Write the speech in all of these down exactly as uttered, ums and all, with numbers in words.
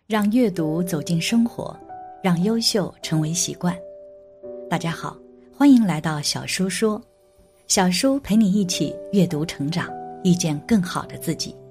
让阅读走进生活，让优秀成为习惯。大家好，欢迎来到小叔说，小叔陪你一起阅读成长，遇见更好的自己。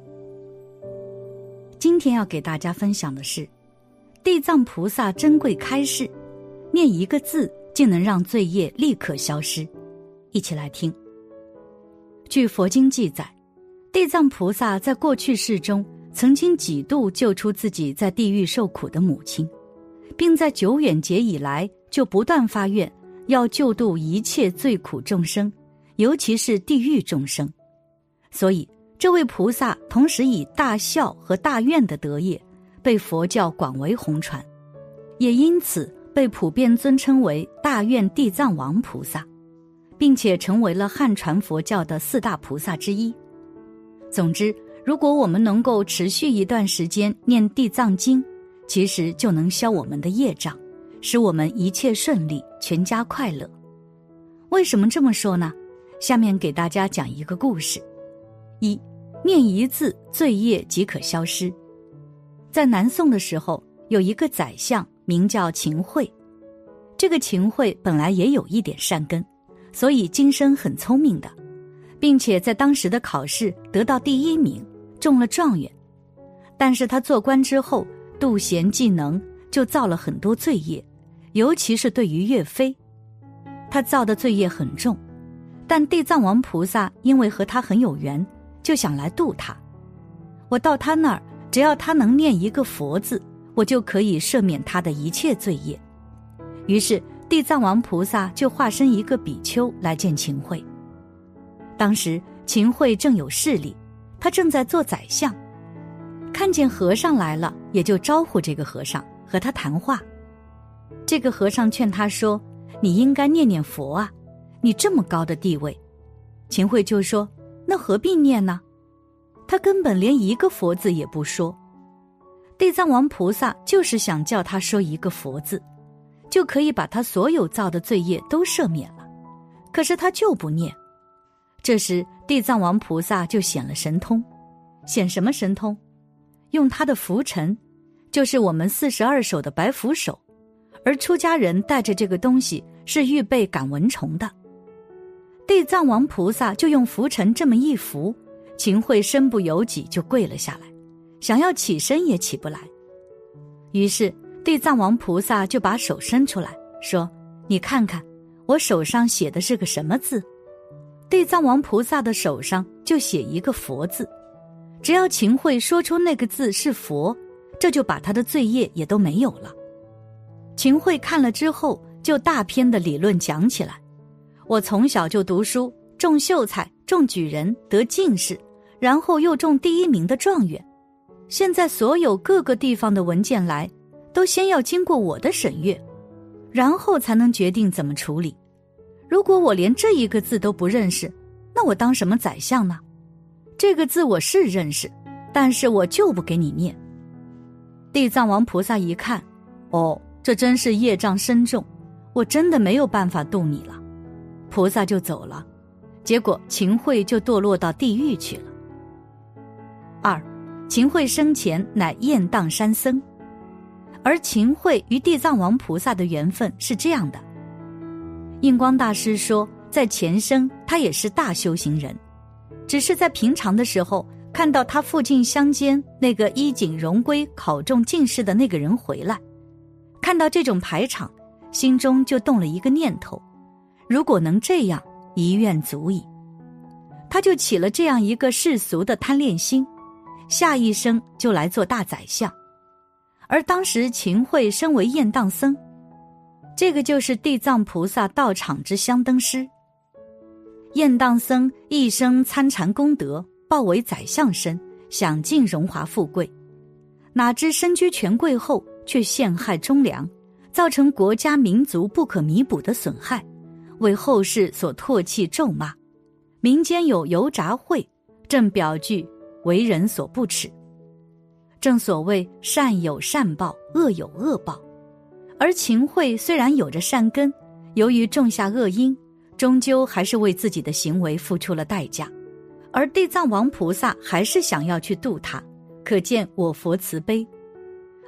今天要给大家分享的是地藏菩萨珍贵开示，念一个字竟能让罪业立刻消失。一起来听。据佛经记载，地藏菩萨在过去世中曾经几度救出自己在地狱受苦的母亲，并在久远劫以来就不断发愿要救度一切罪苦众生，尤其是地狱众生。所以这位菩萨同时以大孝和大愿的德业被佛教广为弘传，也因此被普遍尊称为大愿地藏王菩萨，并且成为了汉传佛教的四大菩萨之一。总之，如果我们能够持续一段时间念地藏经，其实就能消我们的业障，使我们一切顺利，全家快乐。为什么这么说呢？下面给大家讲一个故事。一，念一字，罪业即可消失。在南宋的时候，有一个宰相名叫秦桧。这个秦桧本来也有一点善根，所以今生很聪明的，并且在当时的考试得到第一名，中了状元。但是他做官之后妒贤嫉能，就造了很多罪业，尤其是对于岳飞，他造的罪业很重。但地藏王菩萨因为和他很有缘，就想来度他。我到他那儿，只要他能念一个佛字，我就可以赦免他的一切罪业。于是地藏王菩萨就化身一个比丘来见秦桧。当时秦桧正有势力，他正在做宰相，看见和尚来了，也就招呼这个和尚和他谈话。这个和尚劝他说，你应该念念佛啊，你这么高的地位。秦桧就说，那何必念呢？他根本连一个佛字也不说。地藏王菩萨就是想叫他说一个佛字，就可以把他所有造的罪业都赦免了，可是他就不念。这时地藏王菩萨就显了神通。显什么神通？用他的拂尘，就是我们四十二手的白拂手，而出家人带着这个东西是预备赶蚊虫的。地藏王菩萨就用拂尘这么一拂，秦桧身不由己就跪了下来，想要起身也起不来。于是地藏王菩萨就把手伸出来说，你看看我手上写的是个什么字？地藏王菩萨的手上就写一个佛字，只要秦桧说出那个字是佛，这就把他的罪业也都没有了。秦桧看了之后就大篇的理论讲起来，我从小就读书，中秀才，中举人，得进士，然后又中第一名的状元，现在所有各个地方的文件来，都先要经过我的审阅，然后才能决定怎么处理。如果我连这一个字都不认识，那我当什么宰相呢？这个字我是认识，但是我就不给你念。地藏王菩萨一看，哦，这真是业障深重，我真的没有办法度你了。菩萨就走了，结果秦桧就堕落到地狱去了。二，秦桧生前乃雁荡山僧，而秦桧与地藏王菩萨的缘分是这样的。印光大师说，在前生他也是大修行人，只是在平常的时候看到他附近乡间那个衣锦荣归考中进士的那个人回来，看到这种排场，心中就动了一个念头，如果能这样，一愿足矣。他就起了这样一个世俗的贪恋心，下一生就来做大宰相。而当时秦桧身为雁荡僧，这个就是地藏菩萨道场之香灯师。雁荡僧一生参禅功德，报为宰相身，享尽荣华富贵，哪知身居权贵后却陷害忠良，造成国家民族不可弥补的损害，为后世所唾弃咒骂。民间有油炸秽，正表具为人所不齿。正所谓善有善报，恶有恶报。而秦桧虽然有着善根，由于种下恶因，终究还是为自己的行为付出了代价。而地藏王菩萨还是想要去度他，可见我佛慈悲。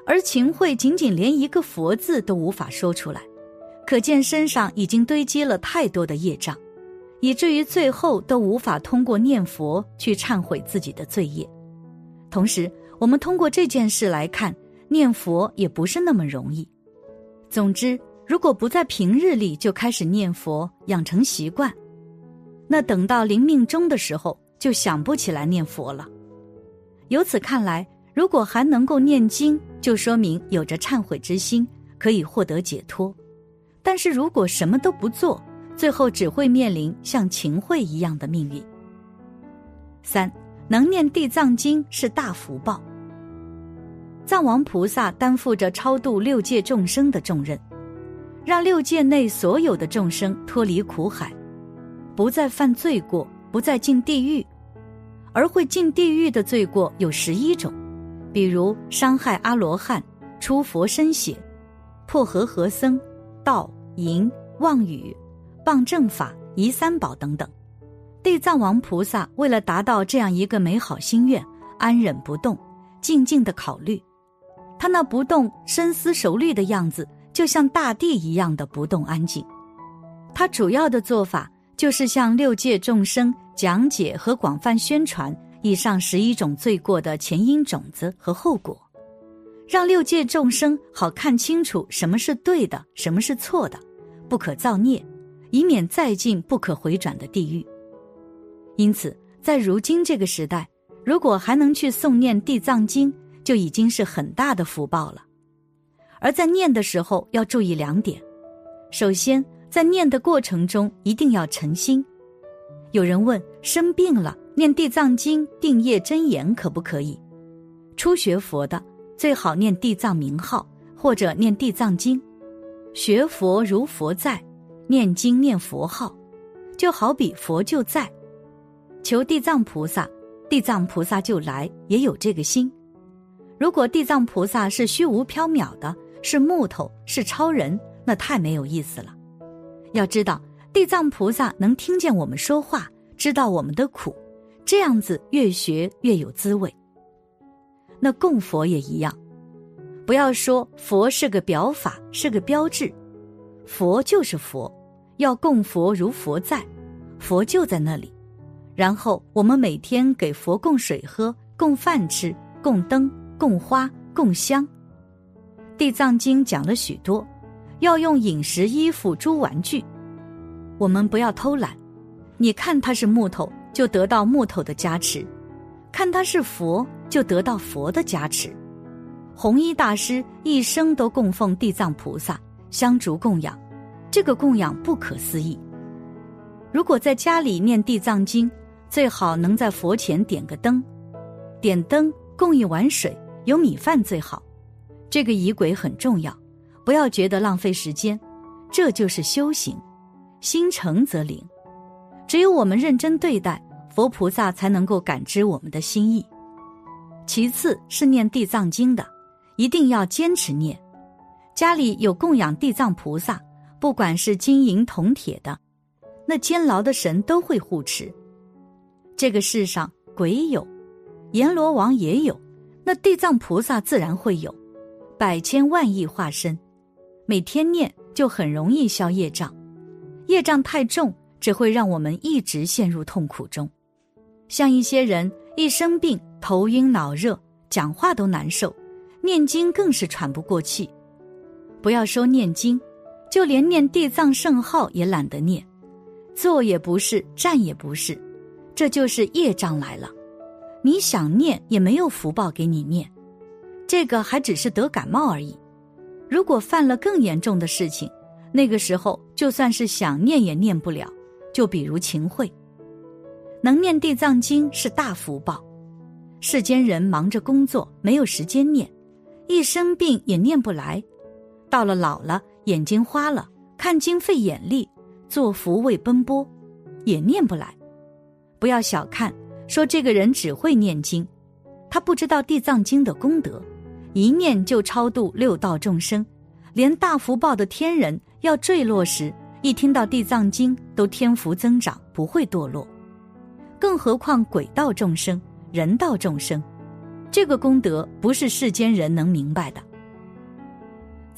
而秦桧仅仅连一个佛字都无法说出来，可见身上已经堆积了太多的业障，以至于最后都无法通过念佛去忏悔自己的罪业。同时，我们通过这件事来看，念佛也不是那么容易。总之，如果不在平日里就开始念佛，养成习惯，那等到临命终的时候就想不起来念佛了。由此看来，如果还能够念经，就说明有着忏悔之心，可以获得解脱。但是如果什么都不做，最后只会面临像秦桧一样的命运。三，能念地藏经是大福报。藏王菩萨担负着超度六界众生的重任，让六界内所有的众生脱离苦海，不再犯罪过，不再进地狱。而会进地狱的罪过有十一种，比如伤害阿罗汉、出佛身血、破和合僧、盗、淫、妄语、谤正法、夷三宝等等。地藏王菩萨为了达到这样一个美好心愿，安忍不动，静静地考虑。他那不动、深思熟虑的样子，就像大地一样的不动安静。他主要的做法就是向六界众生讲解和广泛宣传以上十一种罪过的前因种子和后果，让六界众生好看清楚什么是对的，什么是错的，不可造孽，以免再进不可回转的地狱。因此，在如今这个时代，如果还能去诵念地藏经，就已经是很大的福报了。而在念的时候要注意两点。首先，在念的过程中一定要诚心。有人问，生病了念地藏经定业真言可不可以？初学佛的最好念地藏名号，或者念地藏经。学佛如佛在，念经念佛号，就好比佛就在。求地藏菩萨，地藏菩萨就来，也有这个心。如果地藏菩萨是虚无缥缈的，是木头，是超人，那太没有意思了。要知道，地藏菩萨能听见我们说话，知道我们的苦，这样子越学越有滋味。那供佛也一样，不要说佛是个表法，是个标志，佛就是佛，要供佛如佛在，佛就在那里。然后我们每天给佛供水喝，供饭吃，供灯，供花，供香。地藏经讲了许多，要用饮食、衣服、诸玩具。我们不要偷懒，你看它是木头，就得到木头的加持；看它是佛，就得到佛的加持。弘一大师一生都供奉地藏菩萨，香烛供养，这个供养不可思议。如果在家里念地藏经，最好能在佛前点个灯，点灯供一碗水，有米饭最好。这个仪轨很重要，不要觉得浪费时间，这就是修行，心诚则灵。只有我们认真对待，佛菩萨才能够感知我们的心意。其次是念地藏经的，一定要坚持念。家里有供养地藏菩萨，不管是金银铜铁的，那监牢的神都会护持。这个世上鬼有，阎罗王也有，那地藏菩萨自然会有，百千万亿化身，每天念就很容易消业障。业障太重，只会让我们一直陷入痛苦中。像一些人一生病，头晕脑热，讲话都难受，念经更是喘不过气。不要说念经，就连念地藏圣号也懒得念，坐也不是，站也不是，这就是业障来了。你想念也没有福报给你念，这个还只是得感冒而已。如果犯了更严重的事情，那个时候就算是想念也念不了。就比如秦桧，能念地藏经是大福报。世间人忙着工作，没有时间念，一生病也念不来，到了老了，眼睛花了，看经费眼力，做福为奔波，也念不来。不要小看，说这个人只会念经，他不知道地藏经的功德，一念就超度六道众生，连大福报的天人要坠落时，一听到地藏经都天福增长，不会堕落。更何况鬼道众生、人道众生，这个功德不是世间人能明白的。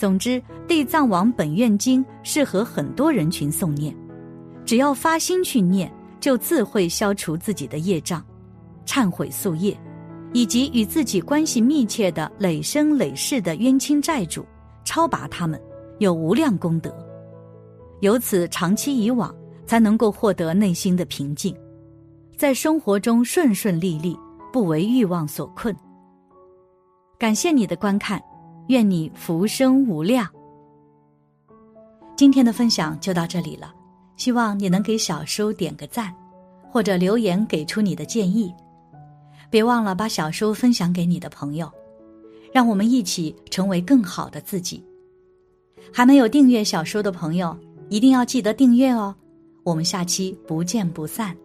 总之，地藏王本愿经适合很多人群诵念，只要发心去念，就自会消除自己的业障，忏悔宿业，以及与自己关系密切的累生累世的冤亲债主，超拔他们，有无量功德。由此长期以往，才能够获得内心的平静，在生活中顺顺利利，不为欲望所困。感谢你的观看，愿你福生无量。今天的分享就到这里了，希望你能给小叔点个赞，或者留言给出你的建议。别忘了把小叔分享给你的朋友，让我们一起成为更好的自己。还没有订阅小叔的朋友，一定要记得订阅哦。我们下期不见不散。